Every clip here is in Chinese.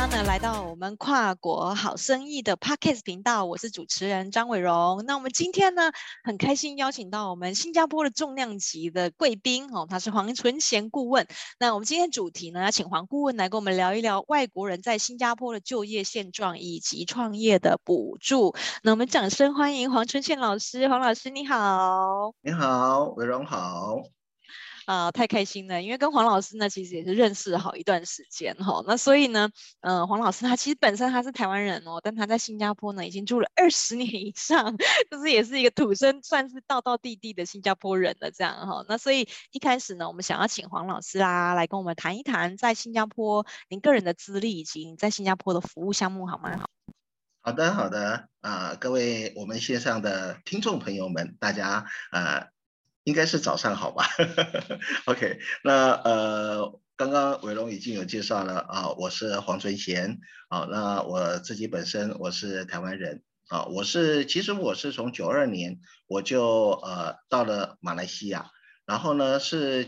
大家呢来到我们跨国好生意的 Podcast 频道，我是主持人张伟荣。那我们今天呢很开心邀请到我们新加坡的重量级的贵宾哦，他是黄纯贤顾问。那我们今天主题呢要请黄顾问来跟我们聊一聊外国人在新加坡的就业现状以及创业的补助。那我们掌声欢迎黄纯贤老师，黄老师你好。 你好，伟荣好。 太开心了，因为跟黄老师呢，其实也是认识了好一段时间哈。那所以呢，黄老师他其实本身他是台湾人哦，但他在新加坡呢已经住了20年以上，就是也是一个土生算是道道地地的新加坡人了这样哈。那所以一开始呢，我们想要请黄老师来跟我们谈一谈在新加坡您个人的资历以及你在新加坡的服务项目好吗？ 好的，好的各位我们线上的听众朋友们，大家应该是早上好吧？OK， 那刚刚伟荣已经有介绍了我是黄纯贤那我自己本身我是台湾人其实我是从92年我就到了马来西亚，然后呢是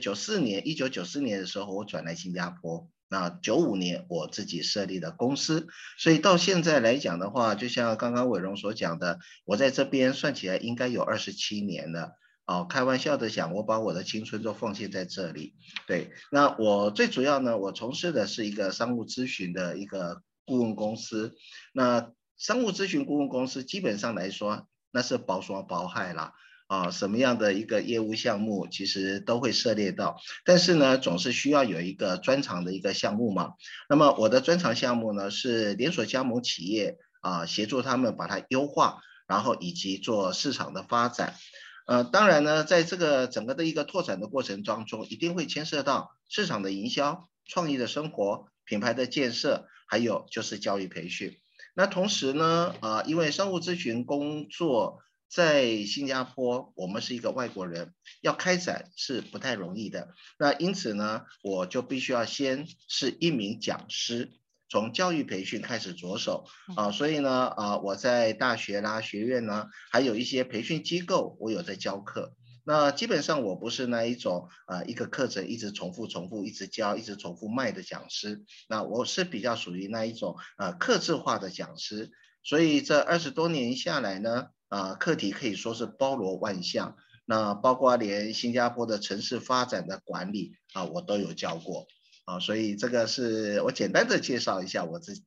1994年的时候我转来新加坡。那95年我自己设立了公司，所以到现在来讲的话，就像刚刚伟荣所讲的，我在这边算起来应该有27年了。开玩笑的讲，我把我的青春都奉献在这里。对，那我最主要呢，我从事的是一个商务咨询的一个顾问公司。那商务咨询顾问公司基本上来说，那是包山包海啦。什么样的一个业务项目其实都会涉猎到，但是呢，总是需要有一个专长的一个项目嘛。那么我的专长项目呢是连锁加盟企业协助他们把它优化，然后以及做市场的发展。当然呢，在这个整个的一个拓展的过程当中，一定会牵涉到市场的营销、创意的生活、品牌的建设，还有就是教育培训。那同时呢，因为商务咨询工作在新加坡，我们是一个外国人，要开展是不太容易的。那因此呢，我就必须要先是一名讲师，从教育培训开始着手所以呢，我在大学啦、学院呢，还有一些培训机构，我有在教课。那基本上我不是那一种一个课程一直重复、一直教、一直重复卖的讲师。那我是比较属于那一种客制化的讲师。所以这20多年下来呢，课题可以说是包罗万象。那包括连新加坡的城市发展的管理我都有教过所以这个是我简单的介绍一下我自己。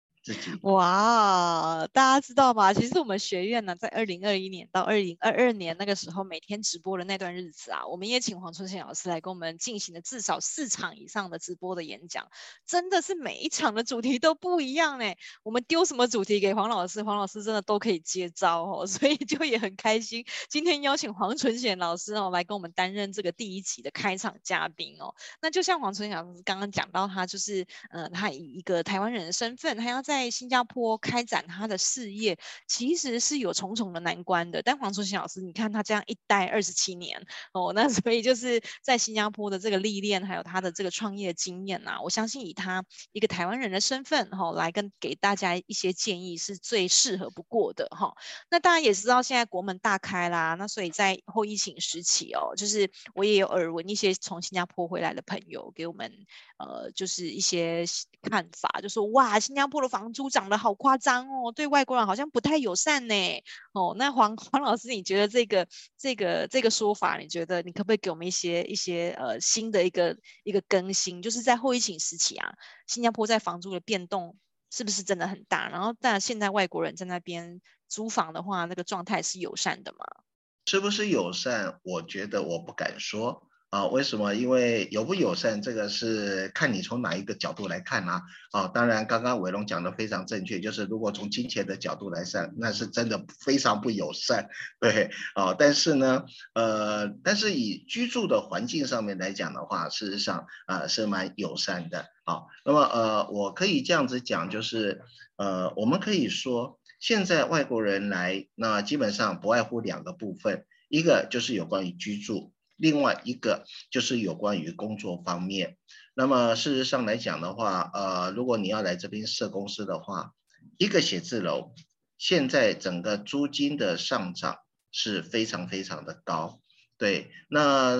哇，大家知道吗？其实我们学院呢，在2021年到2022年那个时候，每天直播的那段日子啊，我们也请黄春贤老师来跟我们进行了至少4场以上的直播的演讲，真的是每一场的主题都不一样哎。我们丢什么主题给黄老师，黄老师真的都可以接招哦，所以就也很开心，今天邀请黄纯贤老师来跟我们担任这个第1期的开场嘉宾哦。那就像黄纯贤老师刚刚讲到，他就是他以一个台湾人的身份，他要在新加坡开展他的事业，其实是有重重的难关的。但黄纯贤老师，你看他这样一待27年哦，那所以就是在新加坡的这个历练，还有他的这个创业经验我相信以他一个台湾人的身份来给大家一些建议是最适合不过的那大家也知道现在国门大开啦，那所以在后疫情时期就是我也有耳闻一些从新加坡回来的朋友给我们就是一些看法，就说哇，新加坡的房租涨得好夸张哦，对外国人好像不太友善呢。那黄老师，你觉得这个说法，你觉得你可不可以给我们一些新的一个更新？就是在后疫情时期新加坡在房租的变动是不是真的很大？然后但现在外国人在那边租房的话，那个状态是友善的吗？ 是不是友善？我觉得我不敢说为什么？因为友不友善，这个是看你从哪一个角度来看当然，刚刚伟龙讲的非常正确，就是如果从金钱的角度来看，那是真的非常不友善，对但是呢，但是以居住的环境上面来讲的话，事实上是蛮友善的那么我可以这样子讲，就是我们可以说。现在外国人来，那基本上不外乎2个部分，一个就是有关于居住，另外一个就是有关于工作方面。那么事实上来讲的话，如果你要来这边设公司的话，一个写字楼现在整个租金的上涨是非常非常的高。对，那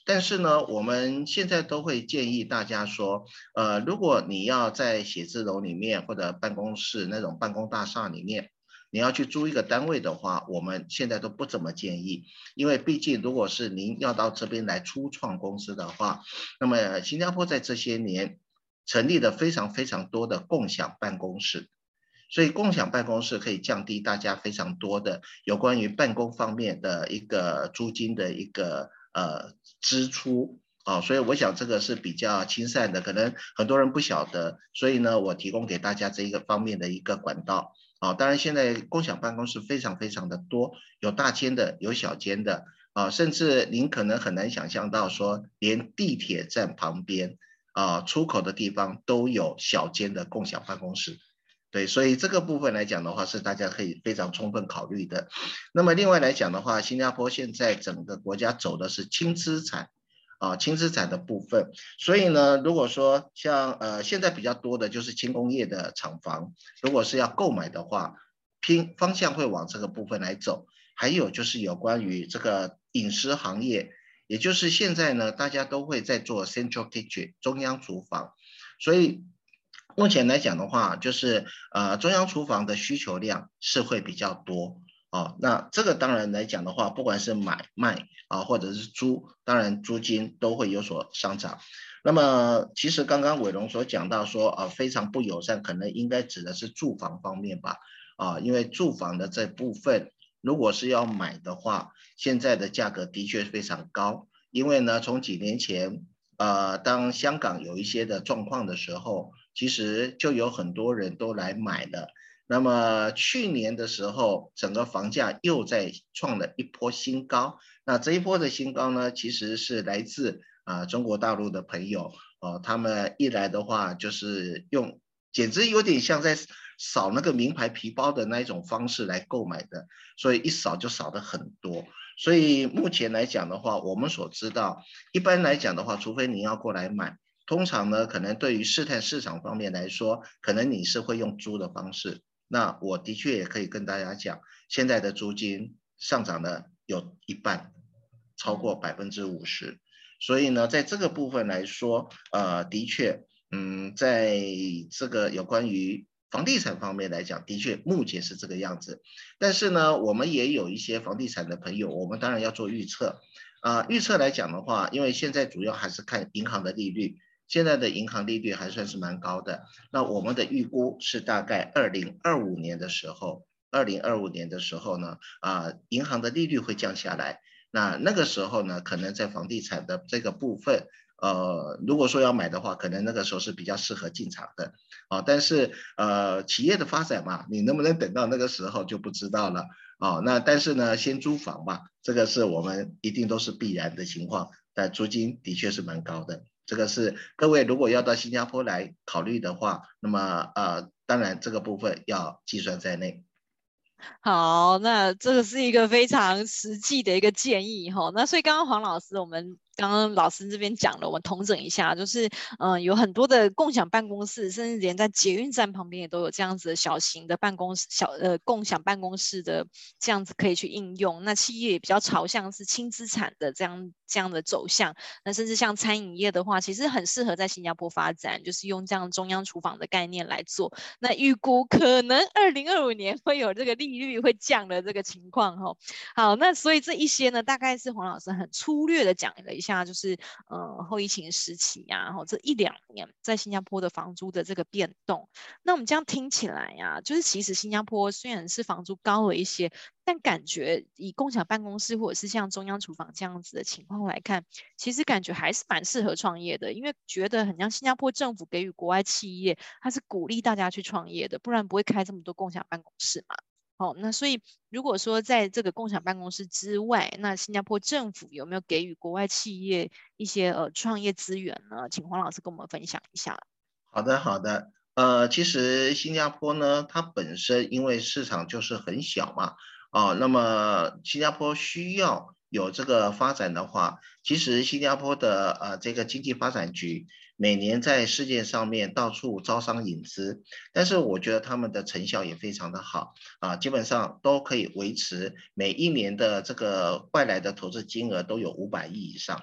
但是呢，我们现在都会建议大家说，如果你要在写字楼里面或者办公室那种办公大厦里面，你要去租一个单位的话，我们现在都不怎么建议，因为毕竟如果是您要到这边来初创公司的话，那么新加坡在这些年成立了非常非常多的共享办公室。所以共享办公室可以降低大家非常多的有关于办公方面的一个租金的一个支出啊，所以我想这个是比较亲善的，可能很多人不晓得，所以呢，我提供给大家这一个方面的一个管道啊。当然，现在共享办公室非常非常的多，有大间的，有小间的啊，甚至您可能很难想象到说，连地铁站旁边啊出口的地方都有小间的共享办公室。对，所以这个部分来讲的话，是大家可以非常充分考虑的。那么另外来讲的话，新加坡现在整个国家走的是轻资产，轻资产的部分。所以呢，如果说像现在比较多的就是轻工业的厂房，如果是要购买的话，方向会往这个部分来走。还有就是有关于这个饮食行业，也就是现在呢，大家都会在做 Central Kitchen 中央厨房，所以目前来讲的话，就是中央厨房的需求量是会比较多哦。那这个当然来讲的话，不管是买卖啊，或者是租，当然租金都会有所上涨。那么其实刚刚伟龙所讲到说非常不友善，可能应该指的是住房方面吧因为住房的这部分如果是要买的话，现在的价格的确非常高，因为呢从几年前当香港有一些的状况的时候，其实就有很多人都来买了。那么去年的时候，整个房价又在创了一波新高。那这一波的新高呢，其实是来自中国大陆的朋友他们一来的话就是用，简直有点像在扫那个名牌皮包的那一种方式来购买的，所以一扫就扫的很多。所以目前来讲的话，我们所知道，一般来讲的话，除非你要过来买，通常呢，可能对于试探市场方面来说，可能你是会用租的方式。那我的确也可以跟大家讲，现在的租金上涨了有一半，超过50%。所以呢，在这个部分来说，的确，在这个有关于房地产方面来讲，的确目前是这个样子。但是呢，我们也有一些房地产的朋友，我们当然要做预测。预测来讲的话，因为现在主要还是看银行的利率，现在的银行利率还算是蛮高的。那我们的预估是大概2025年的时候，呢，银行的利率会降下来。那个时候呢，可能在房地产的这个部分，如果说要买的话，可能那个时候是比较适合进场的。但是企业的发展嘛，你能不能等到那个时候就不知道了。那但是呢，先租房吧，这个是我们一定都是必然的情况，但租金的确是蛮高的。这个是各位如果要到新加坡来考虑的话，那么当然这个部分要计算在内。 好，那这个是一个非常实际的一个建议哈。那所以刚刚黄老师，我们刚刚老师这边讲了，我们统整一下，就是有很多的共享办公室，甚至连在捷运站旁边也都有这样子的小型的办公室、共享办公室的这样子可以去应用。那企业也比较朝向是轻资产的这样的走向。那甚至像餐饮业的话，其实很适合在新加坡发展，就是用这样中央厨房的概念来做。那预估可能2025年会有这个利率会降的这个情况哈。好，那所以这一些呢，大概是黄老师很粗略的讲了一下，就是后疫情时期呀、然后这1-2年在新加坡的房租的这个变动。那我们这样听起来呀、就是其实新加坡虽然是房租高了一些，但感觉以共享办公室或者是像中央厨房这样子的情况来看，其实感觉还是蛮适合创业的，因为觉得很像新加坡政府给予国外企业，它是鼓励大家去创业的，不然不会开这么多共享办公室嘛。好，那所以如果说在这个共享办公室之外，那新加坡政府有没有给予国外企业一些创业资源呢？请黄老师跟我们分享一下。 好的，好的。其实新加坡呢，它本身因为市场就是很小嘛，那么新加坡需要有这个发展的话，其实新加坡的这个经济发展局每年在世界上面到处招商引资，但是我觉得他们的成效也非常的好基本上都可以维持每一年的这个外来的投资金额都有500亿以上。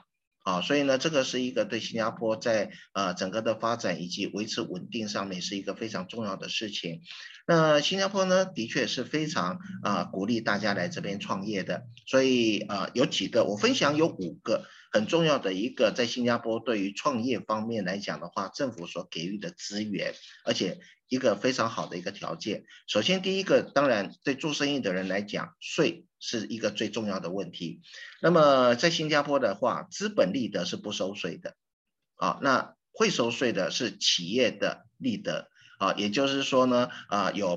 所以呢，这个是一个对新加坡在整个的发展以及维持稳定上面是一个非常重要的事情。那新加坡呢，的确是非常鼓励大家来这边创业的，所以有几个我分享有5个很重要的一个在新加坡对于创业方面来讲的话，政府所给予的资源，而且一个非常好的一个条件。首先第一个，当然对做生意的人来讲，税是一个最重要的问题。那么在新加坡的话，资本利得是不收税的，那会收税的是企业的利得，也就是说呢，有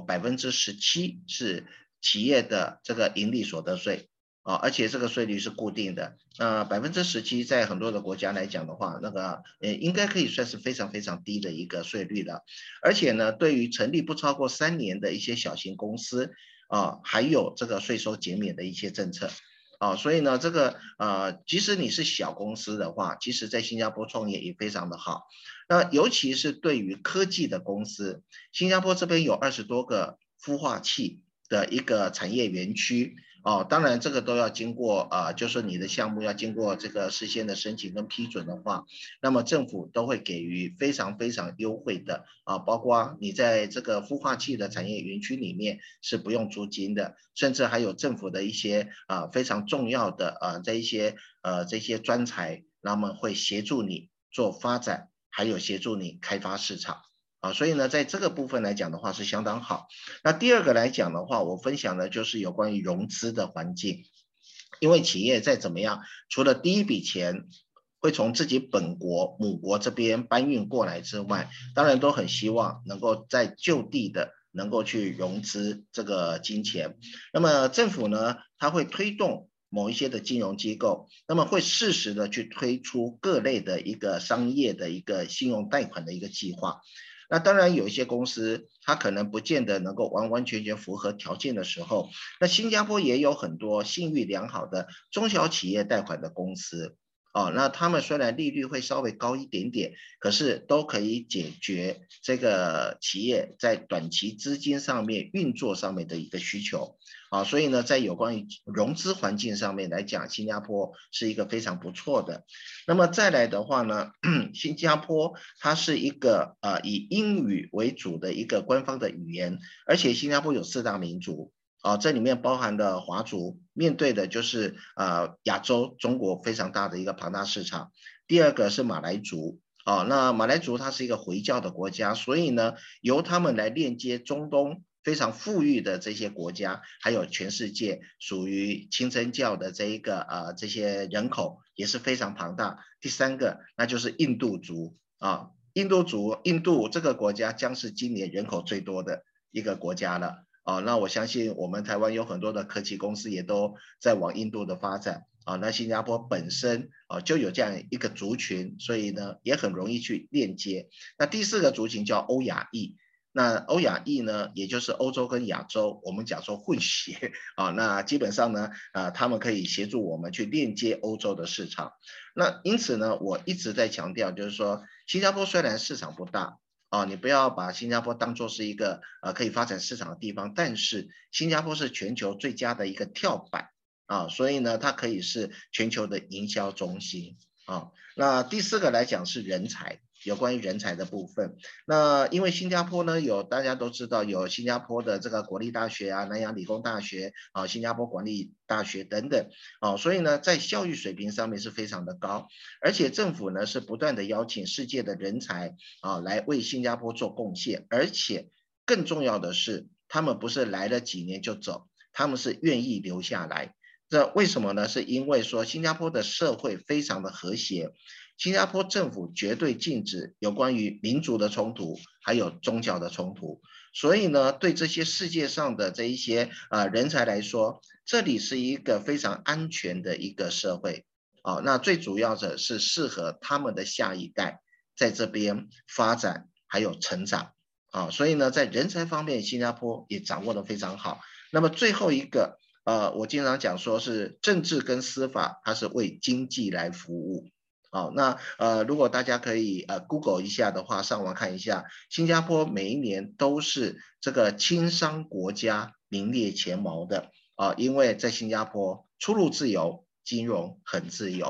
17%是企业的这个盈利所得税，而且这个税率是固定的。17%在很多的国家来讲的话，那个应该可以算是非常非常低的一个税率了。而且呢，对于成立不超过3年的一些小型公司，还有这个税收减免的一些政策。所以呢，这个即使你是小公司的话，其实在新加坡创业也非常的好。那尤其是对于科技的公司，新加坡这边有20多个孵化器的一个产业园区。当然这个都要经过就是你的项目要经过这个事先的申请跟批准的话，那么政府都会给予非常非常优惠的包括你在这个孵化器的产业园区里面是不用租金的，甚至还有政府的一些非常重要的这些专才，那么会协助你做发展，还有协助你开发市场。所以呢，在这个部分来讲的话是相当好。那第二个来讲的话，我分享的就是有关于融资的环境。因为企业再怎么样，除了第一笔钱会从自己本国母国这边搬运过来之外，当然都很希望能够在就地的能够去融资这个金钱。那么政府呢，它会推动某一些的金融机构，那么会适时的去推出各类的一个商业的一个信用贷款的一个计划。那当然有一些公司它可能不见得能够完完全全符合条件的时候，那新加坡也有很多信誉良好的中小企业贷款的公司。那他们虽然利率会稍微高一点点，可是都可以解决这个企业在短期资金上面运作上面的一个需求。所以呢，在有关于融资环境上面来讲，新加坡是一个非常不错的。那么再来的话呢，新加坡它是一个以英语为主的一个官方的语言，而且新加坡有4大民族。这里面包含的华族，面对的就是亚洲中国非常大的一个庞大市场。第二个是马来族，那马来族它是一个回教的国家，所以呢，由他们来链接中东非常富裕的这些国家，还有全世界属于清真教的这些人口也是非常庞大。第3个那就是印度族印度这个国家将是今年人口最多的一个国家了。那我相信我们台湾有很多的科技公司也都在往印度的发展。那新加坡本身就有这样一个族群，所以呢也很容易去链接。那第4个族群叫欧亚裔，那欧亚裔呢，也就是欧洲跟亚洲，我们讲说混血那基本上呢他们可以协助我们去链接欧洲的市场。那因此呢，我一直在强调，就是说新加坡虽然市场不大你不要把新加坡当作是一个可以发展市场的地方，但是新加坡是全球最佳的一个跳板所以呢，它可以是全球的营销中心那第4个来讲是人才，有关于人才的部分。那因为新加坡呢，大家都知道有新加坡的这个国立大学南洋理工大学新加坡管理大学等等所以呢，在教育水平上面是非常的高，而且政府呢是不断的邀请世界的人才来为新加坡做贡献，而且更重要的是，他们不是来了几年就走，他们是愿意留下来。这为什么呢？是因为说新加坡的社会非常的和谐，新加坡政府绝对禁止有关于民族的冲突，还有宗教的冲突。所以呢，对这些世界上的这一些人才来说，这里是一个非常安全的一个社会那最主要的是适合他们的下一代在这边发展还有成长所以呢，在人才方面，新加坡也掌握得非常好。那么最后一个我经常讲说是政治跟司法，它是为经济来服务。那如果大家可以Google 一下的话，上网看一下，新加坡每一年都是这个轻商国家名列前茅的因为在新加坡出入自由，金融很自由，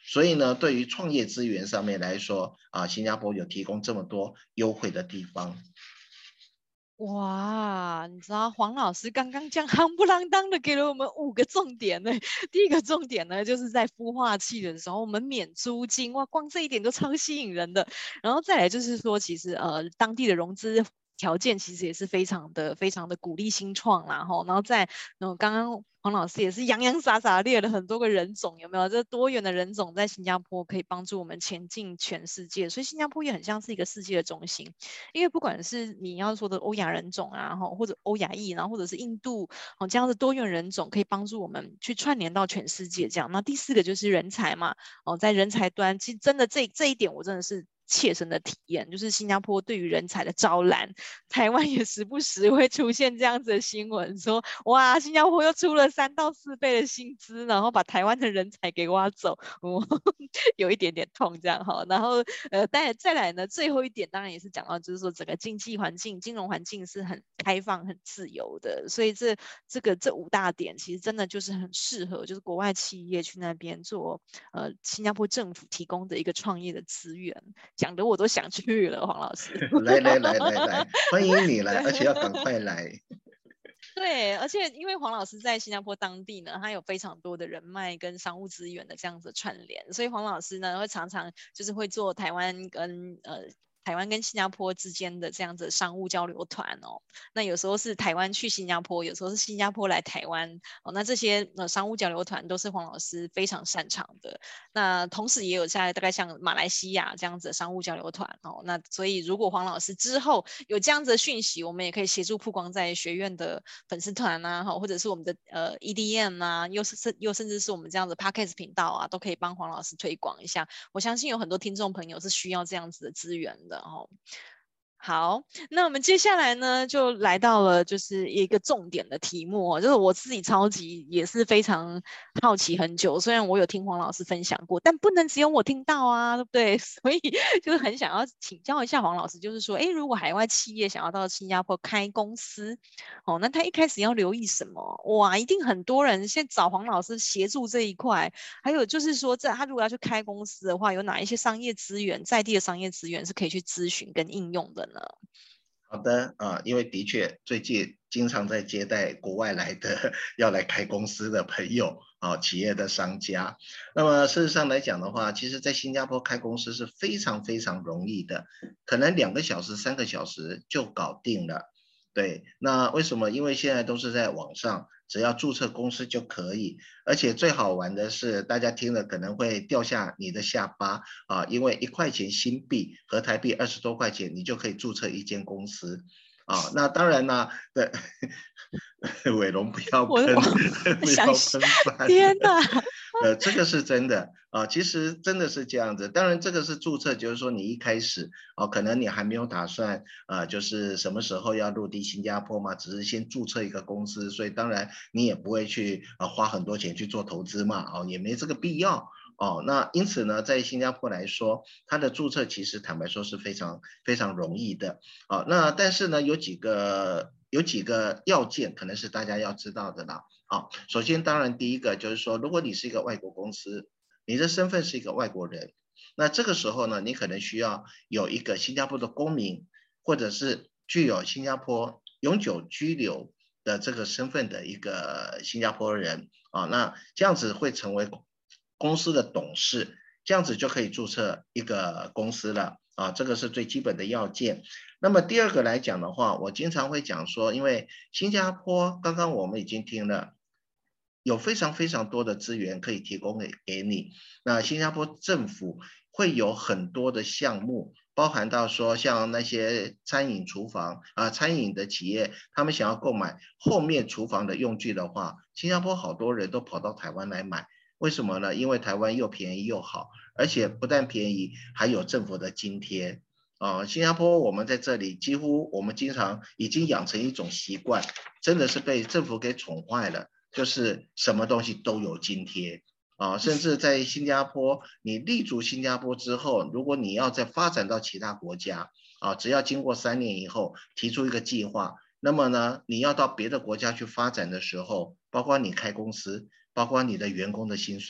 所以呢，对于创业资源上面来说新加坡有提供这么多优惠的地方。 哇，你知道黄老师刚刚这样夯不啷当的给了我们5个重点呢。第一个重点呢，就是在孵化器的时候我们免租金，哇，光这一点就超吸引人的。然后再来就是说，其实当地的融资条件其实也是非常的鼓励新创啦，然后再刚刚黄老师也是洋洋洒洒列了很多个人种，有没有？这多元的人种在新加坡可以帮助我们前进全世界，所以新加坡也很像是一个世界的中心。因为不管是你要说的欧亚人种啊，或者欧亚裔，然后或者是印度这样的多元人种，可以帮助我们去串联到全世界这样。那第4个就是人才嘛，在人才端，其实真的这一点我真的是切身的体验，就是新加坡对于人才的招揽，台湾也时不时会出现这样子的新闻，说哇，新加坡又出了3到4倍的薪资，然后把台湾的人才给挖走，有一点点痛这样哈。然后再来呢，最后一点当然也是讲到，就是说整个经济环境、金融环境是很开放、很自由的，所以这5大点其实真的就是很适合，就是国外企业去那边做新加坡政府提供的一个创业的资源，讲的我都想去了，黄老师。 来，欢迎你来，而且要赶快来。 对，而且因为黄老师在新加坡当地呢，他有非常多的人脉跟商务资源的这样子串联，所以黄老师呢会常常就是会做台湾跟新加坡之间的这样子商务交流团哦。那有时候是台湾去新加坡，有时候是新加坡来台湾哦。那这些商务交流团都是黄老师非常擅长的。那同时也有在大概像马来西亚这样子的商务交流团哦。那所以如果黄老师之后有这样子的讯息，我们也可以协助曝光在学院的粉丝团啊，或者是我们的EDM 啊，又甚至是我们这样的 Podcast 频道啊，都可以帮黄老师推广一下。我相信有很多听众朋友是需要这样子的资源的哦。好，那我们接下来呢，就来到了就是一个重点的题目哦，就是我自己超级也是非常好奇很久，虽然我有听黄老师分享过，但不能只有我听到啊，对不对？所以就是很想要请教一下黄老师，就是说，诶，如果海外企业想要到新加坡开公司，哦，那他一开始要留意什么？哇，一定很多人先找黄老师协助这一块。还有就是说，他如果要去开公司的话，有哪一些商业资源，在地的商业资源是可以去咨询跟应用的呢？ 好的因为的确最近经常在接待国外来的要来开公司的朋友企业的商家。那么事实上来讲的话，其实在新加坡开公司是非常非常容易的，可能2个小时、3个小时就搞定了。对，那为什么？因为现在都是在网上，只要注册公司就可以。而且最好玩的是，大家听了可能会掉下你的下巴因为1块钱新币和台币20多块钱，你就可以注册一间公司那当然啦，对，伟龙不要我喷，不想， 要喷饭。 天哪！ 这个是真的其实真的是这样子。当然，这个是注册，就是说你一开始可能你还没有打算就是什么时候要落地新加坡嘛，只是先注册一个公司，所以当然你也不会去花很多钱去做投资嘛，也没这个必要。那因此呢，在新加坡来说，它的注册其实坦白说是非常非常容易的。那但是呢，有几个要件，可能是大家要知道的啦。首先当然第一个就是说，如果你是一个外国公司，你的身份是一个外国人，那这个时候呢，你可能需要有一个新加坡的公民，或者是具有新加坡永久居留的这个身份的一个新加坡人那这样子会成为公司的董事，这样子就可以注册一个公司了这个是最基本的要件。那么第二个来讲的话，我经常会讲说，因为新加坡刚刚我们已经听了，有非常非常多的资源可以提供给你。那新加坡政府会有很多的项目，包含到说像那些餐饮厨房餐饮的企业，他们想要购买后面厨房的用具的话，新加坡好多人都跑到台湾来买。为什么呢？因为台湾又便宜又好，而且不但便宜，还有政府的津贴。新加坡我们在这里几乎我们经常已经养成一种习惯，真的是被政府给宠坏了，就是什么东西都有津贴甚至在新加坡，你立足新加坡之后，如果你要再发展到其他国家只要经过3年以后提出一个计划，那么呢，你要到别的国家去发展的时候，包括你开公司，包括你的员工的薪水，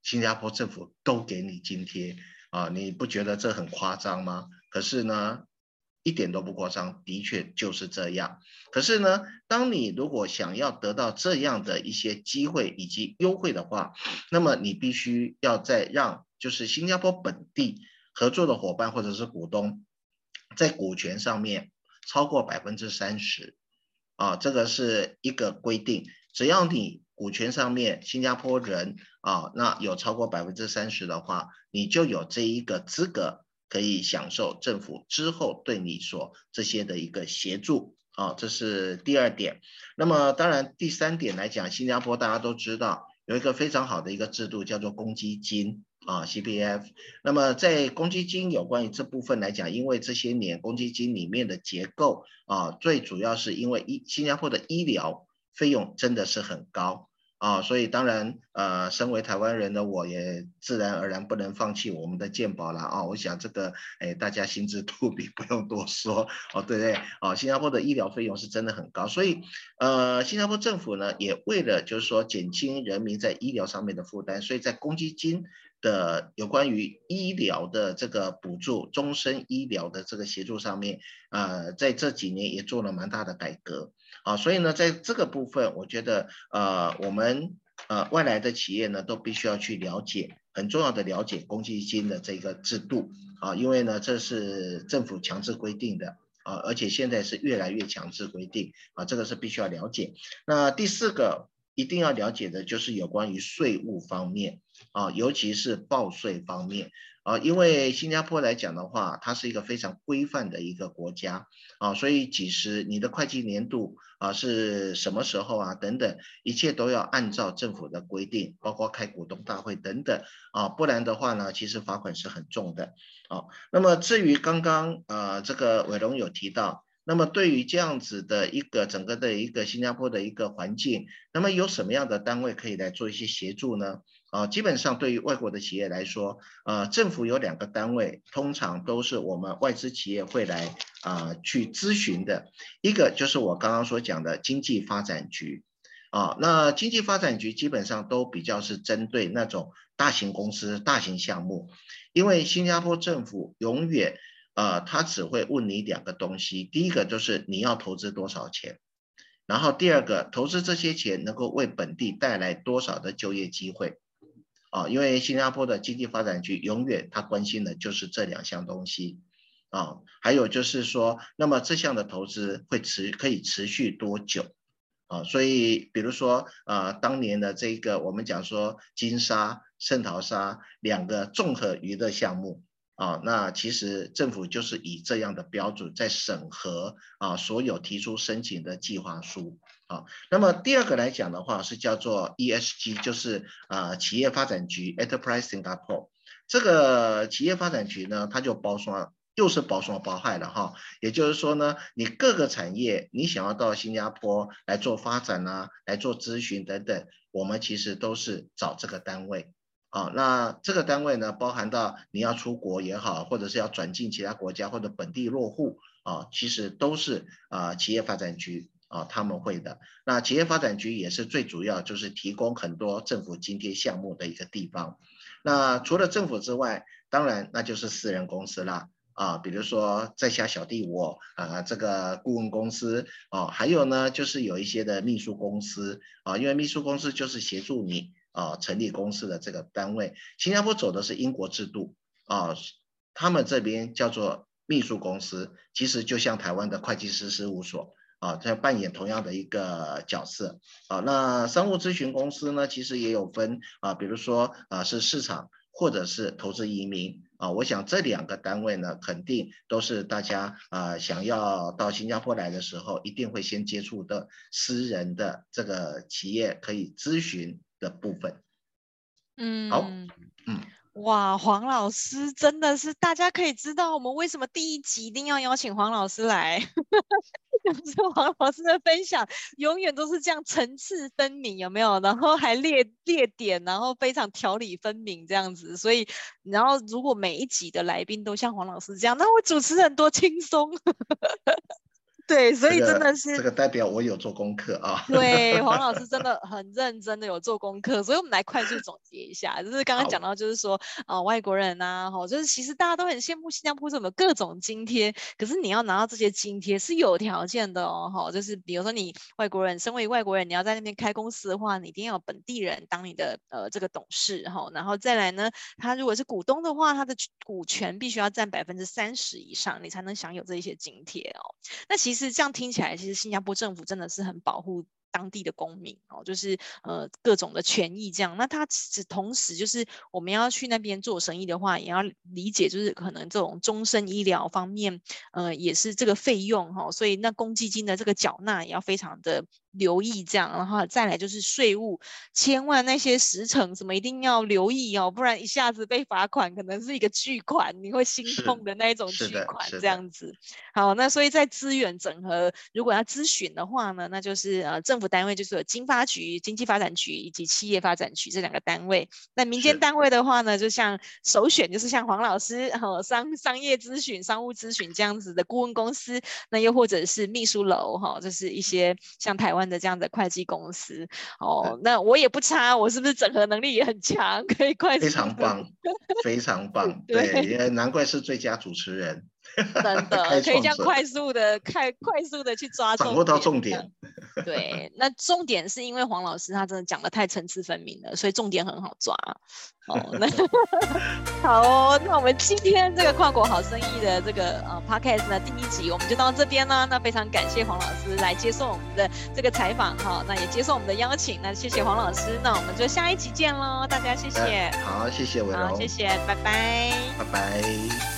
新加坡政府都给你津贴啊，你不觉得这很夸张吗？可是呢，一点都不夸张，的确就是这样。可是呢，当你如果想要得到这样的一些机会以及优惠的话，那么你必须要再让就是新加坡本地合作的伙伴或者是股东在股权上面超过30%啊，这个是一个规定。只要你股权上面新加坡人啊，那有超过30%的话，你就有这一个资格可以享受政府之后对你所这些的一个协助啊，这是第二点。那么当然第三点来讲，新加坡大家都知道有一个非常好的一个制度叫做公积金啊 CPF。那么在公积金有关于这部分来讲，因为这些年公积金里面的结构啊，最主要是因为新加坡的医疗费用真的是很高啊，所以当然身为台湾人的我也自然而然不能放弃我们的健保了啊。我想这个大家心知肚明，不用多说哦，对不对啊？新加坡的医疗费用是真的很高，所以新加坡政府呢也为了就是说减轻人民在医疗上面的负担，所以在公积金的有关于医疗的这个补助、终身医疗的这个协助上面，在这几年也做了蛮大的改革啊，所以呢，在这个部分，我觉得我们外来的企业呢都必须要去了解，很重要的了解公积金的这个制度啊，因为呢这是政府强制规定的。而且现在是越来越强制规定啊，这个是必须要了解。那第四个一定要了解的就是有关于税务方面啊，尤其是报税方面啊，因为新加坡来讲的话，它是一个非常规范的一个国家啊，所以即使你的会计年度啊是什么时候啊等等，一切都要按照政府的规定，包括开股东大会等等啊，不然的话呢，其实罚款是很重的啊。那么至于刚刚这个伟龙有提到，那么对于这样子的一个整个的一个新加坡的一个环境，那么有什么样的单位可以来做一些协助呢？基本上对于外国的企业来说，政府有2个单位，通常都是我们外资企业会来去咨询的，一个就是我刚刚所讲的经济发展局。那经济发展局基本上都比较是针对那种大型公司、大型项目，因为新加坡政府永远他只会问你2个东西，第一个就是你要投资多少钱，然后第二个投资这些钱能够为本地带来多少的就业机会因为新加坡的经济发展局永远他关心的就是这2项东西还有就是说，那么这项的投资可以持续多久所以比如说当年的这个我们讲说金沙、圣淘沙2个综合娱乐项目那其实政府就是以这样的标准在审核所有提出申请的计划书那么第二个来讲的话是叫做 ESG， 就是企业发展局 Enterprise Singapore。 这个企业发展局呢，它就又是包双包害了也就是说呢，你各个产业你想要到新加坡来做发展来做咨询等等，我们其实都是找这个单位那这个单位呢，包含到你要出国也好，或者是要转进其他国家或者本地落户其实都是企业发展局他们会的。那企业发展局也是最主要就是提供很多政府津贴项目的一个地方。那除了政府之外，当然那就是私人公司啦比如说在下小弟我这个顾问公司还有呢就是有一些的秘书公司因为秘书公司就是协助你成立公司的这个单位。新加坡走的是英国制度他们这边叫做秘书公司，其实就像台湾的会计师事务所在扮演同样的一个角色那商务咨询公司呢，其实也有分比如说是市场或者是投资移民我想这2个单位呢，肯定都是大家想要到新加坡来的时候，一定会先接触的私人的这个企业可以咨询的部分。好， 哇，黄老师真的是，大家可以知道我们为什么第1集一定要邀请黄老师来。就是黄老师的分享永远都是这样层次分明，有没有？然后还列点，然后非常条理分明这样子。所以，然后如果每一集的来宾都像黄老师这样，那我主持人多轻松。 对，所以真的是这个代表我有做功课啊。 对，黄老师真的很认真的有做功课，所以我们来快速总结一下，就是刚刚讲到，就是说外国人啊，就是其实大家都很羡慕新加坡这种各种津贴，可是你要拿到这些津贴是有条件的哦，就是比如说你外国人，身为外国人，你要在那边开公司的话，你一定要有本地人当你的这个董事哈，然后再来呢，他如果是股东的话，他的股权必须要占30%以上，你才能享有这一些津贴哦。那其实这样听起来，其实新加坡政府真的是很保护当地的公民哦，就是各种的权益这样。那它同时就是我们要去那边做生意的话，也要理解就是可能这种终身医疗方面，也是这个费用哈、哦，所以那公积金的这个缴纳也要非常的留意这样。然后再来就是税务，千万那些时程什么一定要留意哦，不然一下子被罚款可能是一个巨款，你会心痛的那一种巨款这样子。好，那所以在资源整合，如果要咨询的话呢，那就是政府单位就是有经发局、经济发展局以及企业发展局这2个单位。那民间单位的话呢，就像首选就是像黄老师商业咨询、商务咨询这样子的顾问公司，那又或者是秘书楼就是一些像台湾的这样的会计公司哦。那我也不差，我是不是整合能力也很强，可以快速？ 非常棒，非常棒，对，因为难怪是最佳主持人。 真的可以这样快速的去抓重点， 掌握到重点。 对，那重点是因为黄老师他真的讲的太层次分明了，所以重点很好抓。那好哦，那我们今天这个跨国好生意的这个podcast 的第1集我们就到这边了。那非常感谢黄老师来接受我们的这个采访哈，那也接受我们的邀请。那谢谢黄老师，那我们就下一集见喽，大家谢谢。 好，谢谢伟荣， 好，谢谢，拜拜， 拜拜。